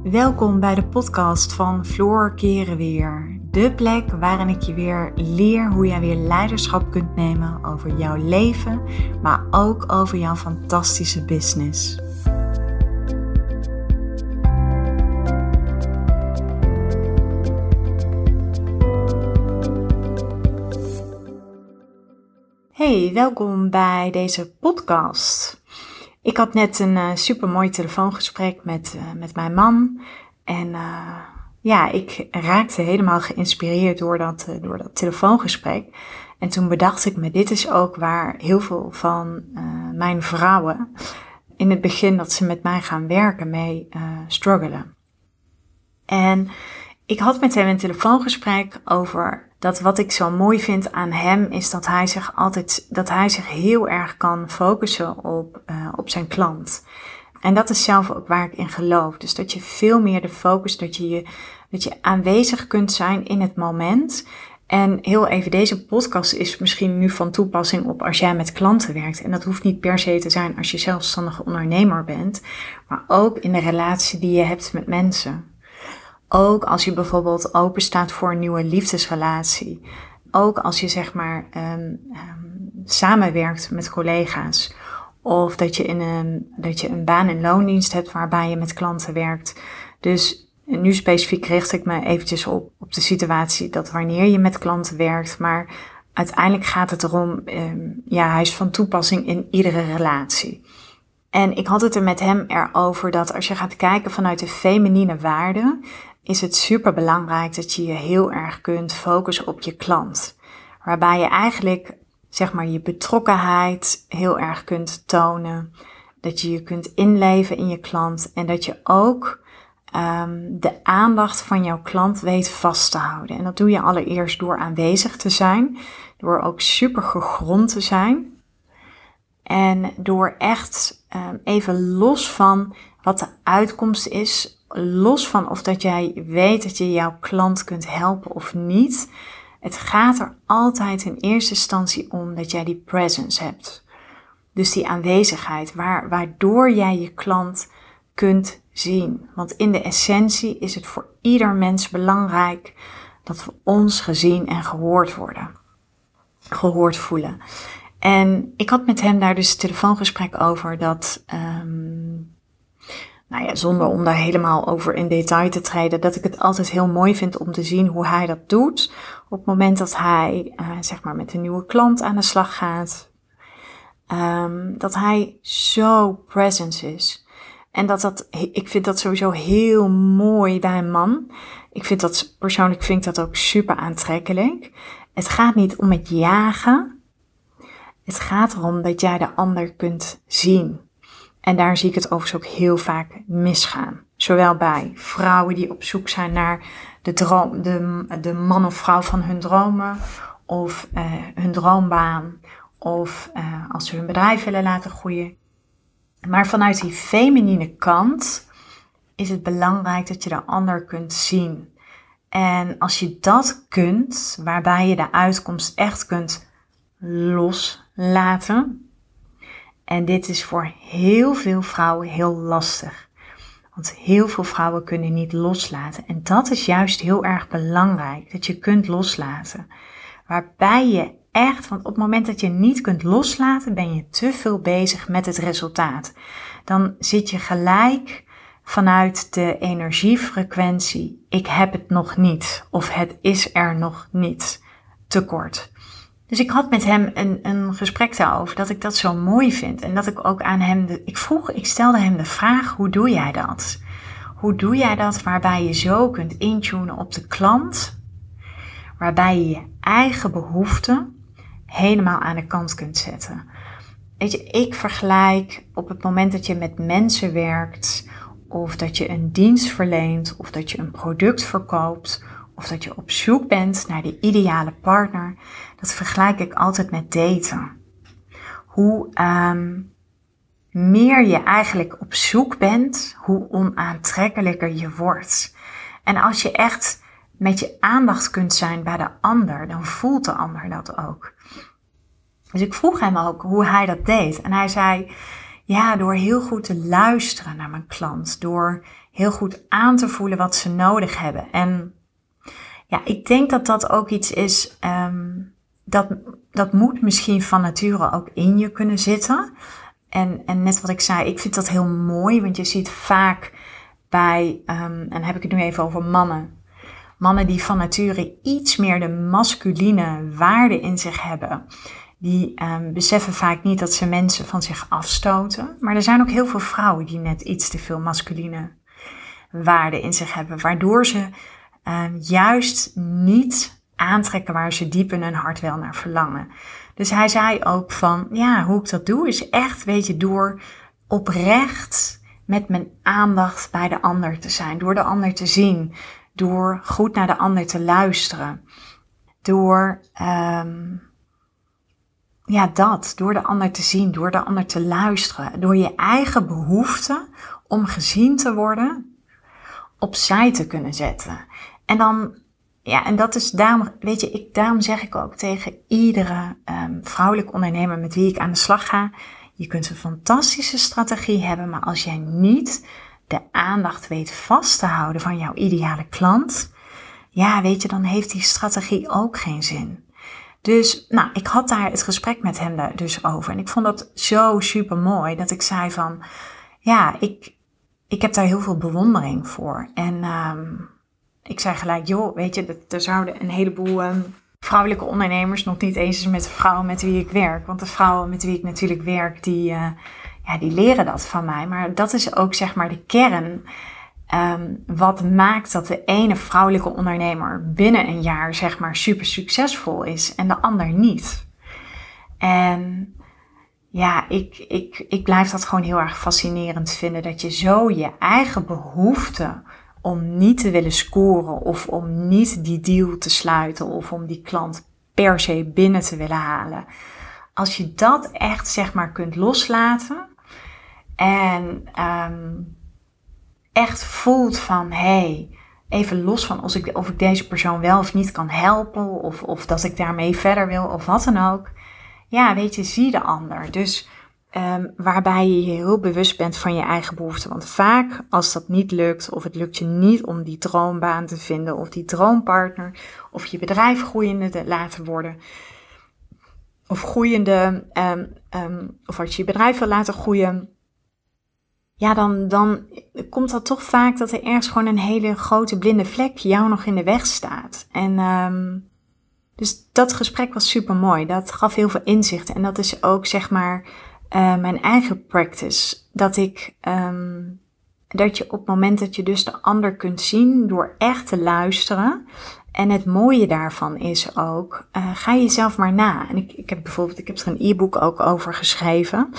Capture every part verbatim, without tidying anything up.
Welkom bij de podcast van Floor Keren Weer. De plek waarin ik je weer leer hoe jij weer leiderschap kunt nemen over jouw leven, maar ook over jouw fantastische business. Hey, welkom bij deze podcast. Ik had net een uh, supermooi telefoongesprek met, uh, met mijn man. En uh, ja, ik raakte helemaal geïnspireerd door dat, uh, door dat telefoongesprek. En toen bedacht ik me, dit is ook waar heel veel van uh, mijn vrouwen in het begin dat ze met mij gaan werken mee uh, struggelen. En ik had met hem een telefoongesprek over dat wat ik zo mooi vind aan hem is dat hij zich altijd, dat hij zich heel erg kan focussen op, uh, op zijn klant. En dat is zelf ook waar ik in geloof. Dus dat je veel meer de focus, dat je, je, dat je aanwezig kunt zijn in het moment. En heel even, deze podcast is misschien nu van toepassing op als jij met klanten werkt. En dat hoeft niet per se te zijn als je zelfstandige ondernemer bent. Maar ook in de relatie die je hebt met mensen. Ook als je bijvoorbeeld open staat voor een nieuwe liefdesrelatie. Ook als je zeg maar um, um, samenwerkt met collega's. Of dat je, in een, dat je een baan- en loondienst hebt waarbij je met klanten werkt. Dus nu specifiek richt ik me eventjes op, op de situatie dat wanneer je met klanten werkt. Maar uiteindelijk gaat het erom, um, ja, hij is van toepassing in iedere relatie. En ik had het er met hem erover dat als je gaat kijken vanuit de feminine waarden, is het super belangrijk dat je je heel erg kunt focussen op je klant. Waarbij je eigenlijk, zeg maar, je betrokkenheid heel erg kunt tonen. Dat je je kunt inleven in je klant. En dat je ook um, de aandacht van jouw klant weet vast te houden. En dat doe je allereerst door aanwezig te zijn. Door ook super gegrond te zijn. En door echt um, even los van wat de uitkomst is, los van of dat jij weet dat je jouw klant kunt helpen of niet. Het gaat er altijd in eerste instantie om dat jij die presence hebt. Dus die aanwezigheid, waar, waardoor jij je klant kunt zien. Want in de essentie is het voor ieder mens belangrijk dat we ons gezien en gehoord worden. Gehoord voelen. En ik had met hem daar dus een telefoongesprek over dat, um, nou ja, zonder om daar helemaal over in detail te treden, dat ik het altijd heel mooi vind om te zien hoe hij dat doet. Op het moment dat hij, uh, zeg maar, met een nieuwe klant aan de slag gaat. Um, dat hij zo present is. En dat dat, ik vind dat sowieso heel mooi bij een man. Ik vind dat, persoonlijk vind ik dat ook super aantrekkelijk. Het gaat niet om het jagen. Het gaat erom dat jij de ander kunt zien. En daar zie ik het overigens ook heel vaak misgaan. Zowel bij vrouwen die op zoek zijn naar de, droom, de, de man of vrouw van hun dromen. Of uh, hun droombaan. Of uh, als ze hun bedrijf willen laten groeien. Maar vanuit die feminine kant is het belangrijk dat je de ander kunt zien. En als je dat kunt, waarbij je de uitkomst echt kunt loslaten. En dit is voor heel veel vrouwen heel lastig. Want heel veel vrouwen kunnen niet loslaten. En dat is juist heel erg belangrijk, dat je kunt loslaten. Waarbij je echt, want op het moment dat je niet kunt loslaten, ben je te veel bezig met het resultaat. Dan zit je gelijk vanuit de energiefrequentie, ik heb het nog niet. Of het is er nog niet. Tekort. Dus ik had met hem een, een gesprek daarover, dat ik dat zo mooi vind. En dat ik ook aan hem, de, ik vroeg, ik stelde hem de vraag, hoe doe jij dat? Hoe doe jij dat waarbij je zo kunt intunen op de klant? Waarbij je je eigen behoeften helemaal aan de kant kunt zetten. Weet je, ik vergelijk op het moment dat je met mensen werkt, of dat je een dienst verleent, of dat je een product verkoopt, of dat je op zoek bent naar de ideale partner, dat vergelijk ik altijd met daten. Hoe um, meer je eigenlijk op zoek bent, hoe onaantrekkelijker je wordt. En als je echt met je aandacht kunt zijn bij de ander, dan voelt de ander dat ook. Dus ik vroeg hem ook hoe hij dat deed. En hij zei, ja, door heel goed te luisteren naar mijn klant. Door heel goed aan te voelen wat ze nodig hebben. En ja, ik denk dat dat ook iets is, um, dat, dat moet misschien van nature ook in je kunnen zitten. En, en net wat ik zei, ik vind dat heel mooi, want je ziet vaak bij, um, en dan heb ik het nu even over mannen. Mannen die van nature iets meer de masculine waarde in zich hebben. Die um, beseffen vaak niet dat ze mensen van zich afstoten. Maar er zijn ook heel veel vrouwen die net iets te veel masculine waarde in zich hebben. Waardoor ze um, juist niet aantrekken waar ze diep in hun hart wel naar verlangen. Dus hij zei ook van, ja, hoe ik dat doe is echt, weet je, door oprecht met mijn aandacht bij de ander te zijn. Door de ander te zien. Door goed naar de ander te luisteren. Door, um, ja dat, door de ander te zien, door de ander te luisteren. Door je eigen behoefte om gezien te worden opzij te kunnen zetten. En dan, ja, en dat is daarom, weet je, ik, daarom zeg ik ook tegen iedere um, vrouwelijke ondernemer met wie ik aan de slag ga. Je kunt een fantastische strategie hebben, maar als jij niet de aandacht weet vast te houden van jouw ideale klant, ja, weet je, dan heeft die strategie ook geen zin. Dus, nou, ik had daar het gesprek met hem daar dus over. En ik vond dat zo super mooi dat ik zei van, ja, ik, ik heb daar heel veel bewondering voor. En um, ik zei gelijk, joh, weet je, dat, er zouden een heleboel um, vrouwelijke ondernemers, nog niet eens met de vrouwen met wie ik werk. Want de vrouwen met wie ik natuurlijk werk, die, uh, ja, die leren dat van mij. Maar dat is ook, zeg maar, de kern. Um, wat maakt dat de ene vrouwelijke ondernemer binnen een jaar, zeg maar, super succesvol is en de ander niet. En ja, ik, ik, ik blijf dat gewoon heel erg fascinerend vinden. Dat je zo je eigen behoefte om niet te willen scoren of om niet die deal te sluiten of om die klant per se binnen te willen halen. Als je dat echt, zeg maar, kunt loslaten en um, echt voelt van, hé, hey, even los van of ik, of ik deze persoon wel of niet kan helpen of, of dat ik daarmee verder wil of wat dan ook. Ja, weet je, zie de ander. Dus um, waarbij je je heel bewust bent van je eigen behoeften. Want vaak als dat niet lukt of het lukt je niet om die droombaan te vinden of die droompartner of je bedrijf groeiende te laten worden of groeiende, um, um, of als je je bedrijf wil laten groeien, ja, dan, dan komt dat toch vaak dat er ergens gewoon een hele grote blinde vlek jou nog in de weg staat. En um, dus dat gesprek was super mooi. Dat gaf heel veel inzicht. En dat is ook, zeg maar, uh, mijn eigen practice. Dat ik, um, dat je op het moment dat je dus de ander kunt zien door echt te luisteren. En het mooie daarvan is ook, uh, ga jezelf maar na. En ik, ik heb bijvoorbeeld, ik heb er een e-book ook over geschreven.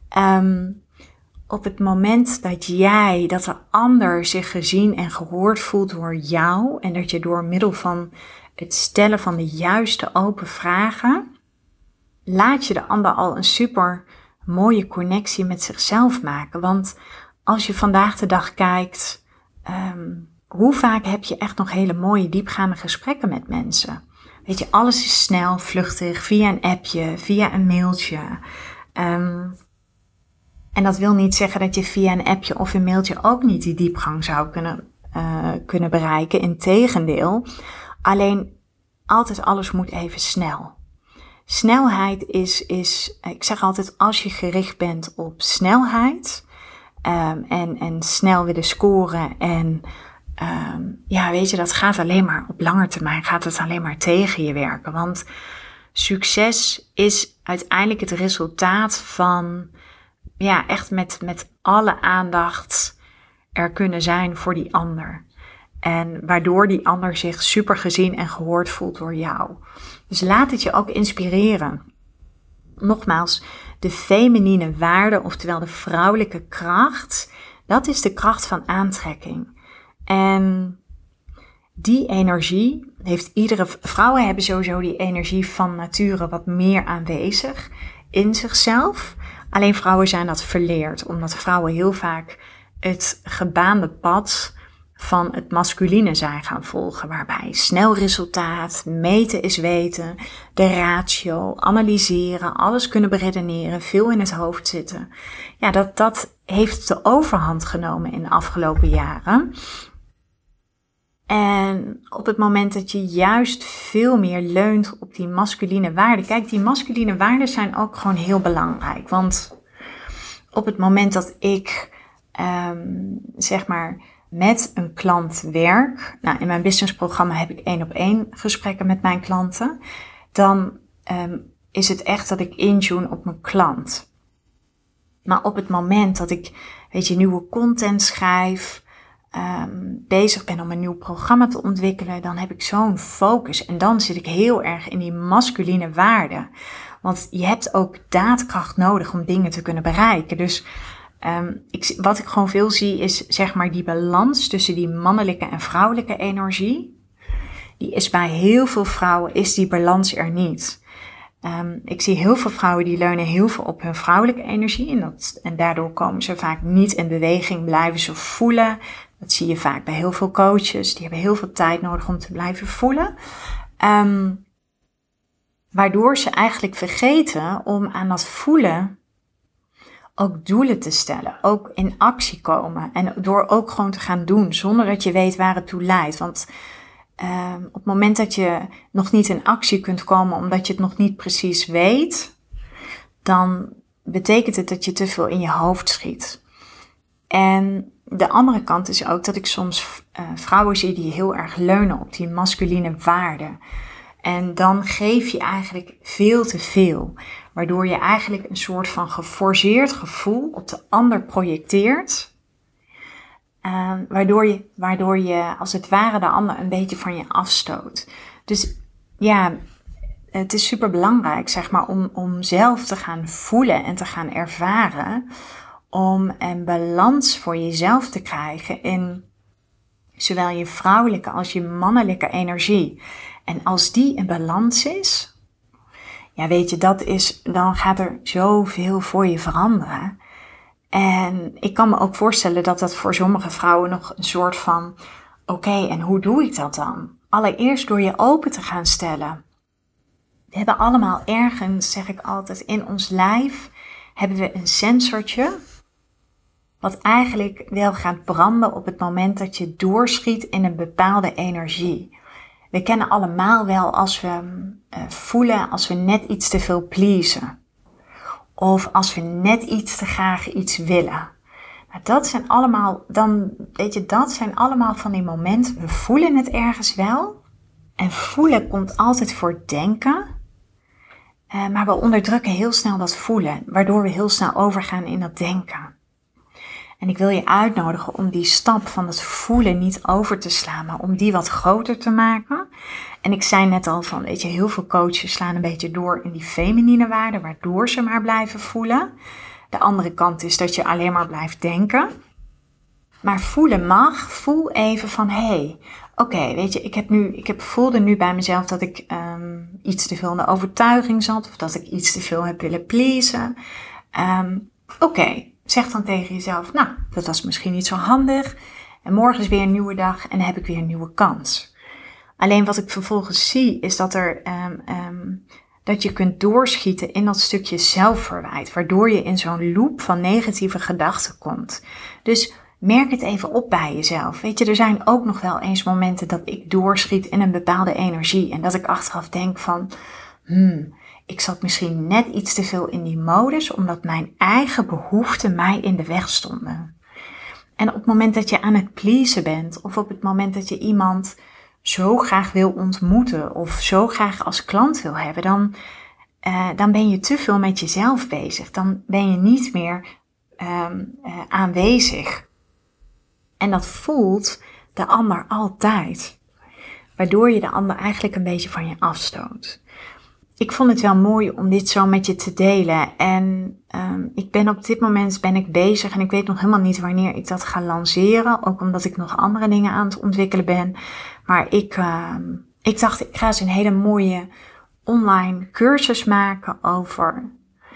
Um, Op het moment dat jij, dat de ander zich gezien en gehoord voelt door jou en dat je door middel van het stellen van de juiste open vragen, laat je de ander al een super mooie connectie met zichzelf maken. Want als je vandaag de dag kijkt, um, hoe vaak heb je echt nog hele mooie diepgaande gesprekken met mensen? Weet je, alles is snel, vluchtig, via een appje, via een mailtje. Um, En dat wil niet zeggen dat je via een appje of een mailtje ook niet die diepgang zou kunnen, uh, kunnen bereiken. Integendeel, alleen altijd alles moet even snel. Snelheid is, is, ik zeg altijd, als je gericht bent op snelheid um, en, en snel willen scoren en um, ja, weet je, dat gaat alleen maar op lange termijn, gaat het alleen maar tegen je werken. Want succes is uiteindelijk het resultaat van, ja, echt met, met alle aandacht er kunnen zijn voor die ander. En waardoor die ander zich super gezien en gehoord voelt door jou. Dus laat het je ook inspireren. Nogmaals, de feminine waarde, oftewel de vrouwelijke kracht, dat is de kracht van aantrekking. En die energie heeft iedere, vrouwen hebben sowieso die energie van nature wat meer aanwezig in zichzelf. Alleen vrouwen zijn dat verleerd, omdat vrouwen heel vaak het gebaande pad van het masculine zijn gaan volgen, waarbij snel resultaat, meten is weten, de ratio, analyseren, alles kunnen beredeneren, veel in het hoofd zitten. Ja, dat, dat heeft de overhand genomen in de afgelopen jaren. En op het moment dat je juist veel meer leunt op die masculine waarden. Kijk, die masculine waarden zijn ook gewoon heel belangrijk. Want op het moment dat ik, um, zeg maar, met een klant werk. Nou, in mijn businessprogramma heb ik één op één gesprekken met mijn klanten. Dan um, is het echt dat ik intune op mijn klant. Maar op het moment dat ik, weet je, nieuwe content schrijf, Um, bezig ben om een nieuw programma te ontwikkelen, dan heb ik zo'n focus. En dan zit ik heel erg in die masculine waarden. Want je hebt ook daadkracht nodig om dingen te kunnen bereiken. Dus um, ik, wat ik gewoon veel zie is, zeg maar, die balans tussen die mannelijke en vrouwelijke energie. Die is bij heel veel vrouwen, is die balans er niet. Um, ik zie heel veel vrouwen die leunen heel veel op hun vrouwelijke energie. En, dat, en daardoor komen ze vaak niet in beweging, blijven ze voelen. Dat zie je vaak bij heel veel coaches. Die hebben heel veel tijd nodig om te blijven voelen. Um, waardoor ze eigenlijk vergeten om aan dat voelen ook doelen te stellen. Ook in actie komen. En door ook gewoon te gaan doen. Zonder dat je weet waar het toe leidt. Want um, op het moment dat je nog niet in actie kunt komen. Omdat je het nog niet precies weet. Dan betekent het dat je te veel in je hoofd schiet. En de andere kant is ook dat ik soms uh, vrouwen zie die heel erg leunen op die masculine waarden. En dan geef je eigenlijk veel te veel. Waardoor je eigenlijk een soort van geforceerd gevoel op de ander projecteert. Uh, waardoor, je, waardoor je als het ware de ander een beetje van je afstoot. Dus ja, het is super belangrijk, zeg maar, om, om zelf te gaan voelen en te gaan ervaren. Om een balans voor jezelf te krijgen in zowel je vrouwelijke als je mannelijke energie. En als die in balans is, ja, weet je, dat is, dan gaat er zoveel voor je veranderen. En ik kan me ook voorstellen dat dat voor sommige vrouwen nog een soort van, oké, okay, en hoe doe ik dat dan? Allereerst door je open te gaan stellen. We hebben allemaal ergens, zeg ik altijd, in ons lijf hebben we een sensortje. Wat eigenlijk wel gaat branden op het moment dat je doorschiet in een bepaalde energie. We kennen allemaal wel als we uh, voelen als we net iets te veel pleasen. Of als we net iets te graag iets willen. Maar dat zijn allemaal, dan, weet je, dat zijn allemaal van die momenten. We voelen het ergens wel. En voelen komt altijd voor denken. Uh, maar we onderdrukken heel snel dat voelen. Waardoor we heel snel overgaan in dat denken. En ik wil je uitnodigen om die stap van het voelen niet over te slaan, maar om die wat groter te maken. En ik zei net al van, weet je, heel veel coaches slaan een beetje door in die feminine waarden, waardoor ze maar blijven voelen. De andere kant is dat je alleen maar blijft denken. Maar voelen mag, voel even van, hé, hey, oké, okay, weet je, ik heb nu, ik heb, voelde nu bij mezelf dat ik um, iets te veel in de overtuiging zat, of dat ik iets te veel heb willen pleasen. Um, oké. Okay. Zeg dan tegen jezelf, nou, dat was misschien niet zo handig. En morgen is weer een nieuwe dag en dan heb ik weer een nieuwe kans. Alleen wat ik vervolgens zie is dat, er, um, um, dat je kunt doorschieten in dat stukje zelfverwijt. Waardoor je in zo'n loop van negatieve gedachten komt. Dus merk het even op bij jezelf. Weet je, er zijn ook nog wel eens momenten dat ik doorschiet in een bepaalde energie. En dat ik achteraf denk van, hmm... ik zat misschien net iets te veel in die modus, omdat mijn eigen behoeften mij in de weg stonden. En op het moment dat je aan het pleasen bent, of op het moment dat je iemand zo graag wil ontmoeten, of zo graag als klant wil hebben, dan, uh, dan ben je te veel met jezelf bezig. Dan ben je niet meer um, uh, aanwezig. En dat voelt de ander altijd. Waardoor je de ander eigenlijk een beetje van je afstoot. Ik vond het wel mooi om dit zo met je te delen. En um, ik ben op dit moment ben ik bezig en ik weet nog helemaal niet wanneer ik dat ga lanceren. Ook omdat ik nog andere dingen aan het ontwikkelen ben. Maar ik, uh, ik dacht, ik ga eens een hele mooie online cursus maken over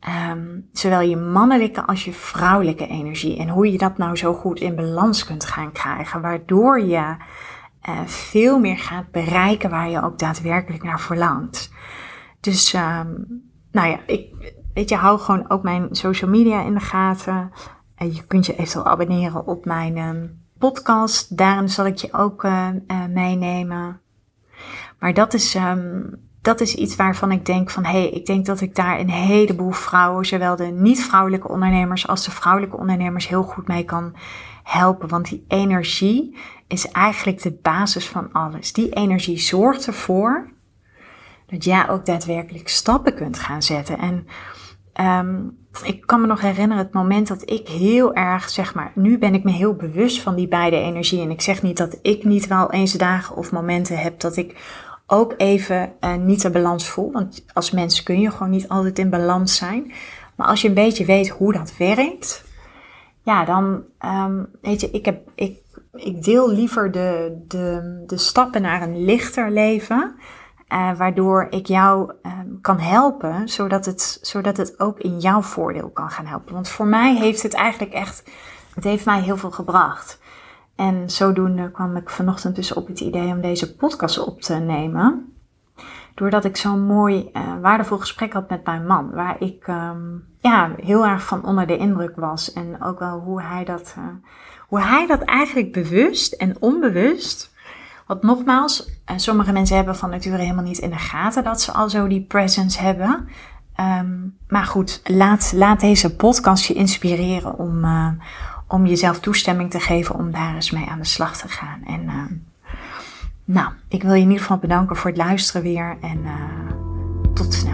um, zowel je mannelijke als je vrouwelijke energie. En hoe je dat nou zo goed in balans kunt gaan krijgen. Waardoor je uh, veel meer gaat bereiken waar je ook daadwerkelijk naar verlangt. Dus, um, nou ja, ik, weet je, hou gewoon ook mijn social media in de gaten. Uh, je kunt je eventueel abonneren op mijn um, podcast. Daarin zal ik je ook uh, uh, meenemen. Maar dat is, um, dat is iets waarvan ik denk van, hé, hey, ik denk dat ik daar een heleboel vrouwen, zowel de niet-vrouwelijke ondernemers als de vrouwelijke ondernemers, heel goed mee kan helpen. Want die energie is eigenlijk de basis van alles. Die energie zorgt ervoor dat jij ook daadwerkelijk stappen kunt gaan zetten. En um, ik kan me nog herinneren het moment dat ik heel erg, zeg maar, nu ben ik me heel bewust van die beide energieën. En ik zeg niet dat ik niet wel eens dagen of momenten heb dat ik ook even uh, niet de balans voel. Want als mens kun je gewoon niet altijd in balans zijn. Maar als je een beetje weet hoe dat werkt, ja, dan, um, weet je, ik, heb, ik, ik deel liever de, de, de stappen naar een lichter leven. Uh, waardoor ik jou um, kan helpen, zodat het, zodat het ook in jouw voordeel kan gaan helpen. Want voor mij heeft het eigenlijk echt, het heeft mij heel veel gebracht. En zodoende kwam ik vanochtend dus op het idee om deze podcast op te nemen. Doordat ik zo'n mooi, uh, waardevol gesprek had met mijn man. Waar ik um, ja, heel erg van onder de indruk was. En ook wel hoe hij dat, uh, hoe hij dat eigenlijk bewust en onbewust. Want nogmaals, uh, sommige mensen hebben van nature helemaal niet in de gaten dat ze al zo die presence hebben. Um, maar goed, laat, laat deze podcast je inspireren om, uh, om jezelf toestemming te geven om daar eens mee aan de slag te gaan. En uh, nou, ik wil je in ieder geval bedanken voor het luisteren weer en uh, tot snel.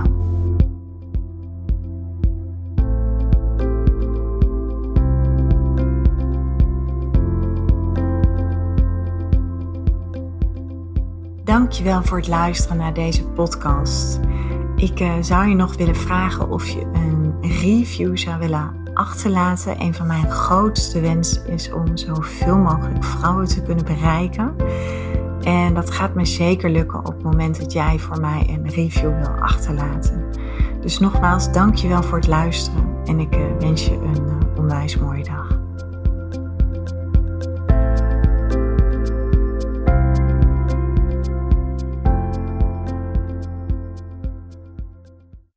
Dankjewel voor het luisteren naar deze podcast. Ik uh, zou je nog willen vragen of je een review zou willen achterlaten. Een van mijn grootste wensen is om zoveel mogelijk vrouwen te kunnen bereiken. En dat gaat me zeker lukken op het moment dat jij voor mij een review wil achterlaten. Dus nogmaals, dankjewel voor het luisteren en ik uh, wens je een uh, onwijs mooie dag.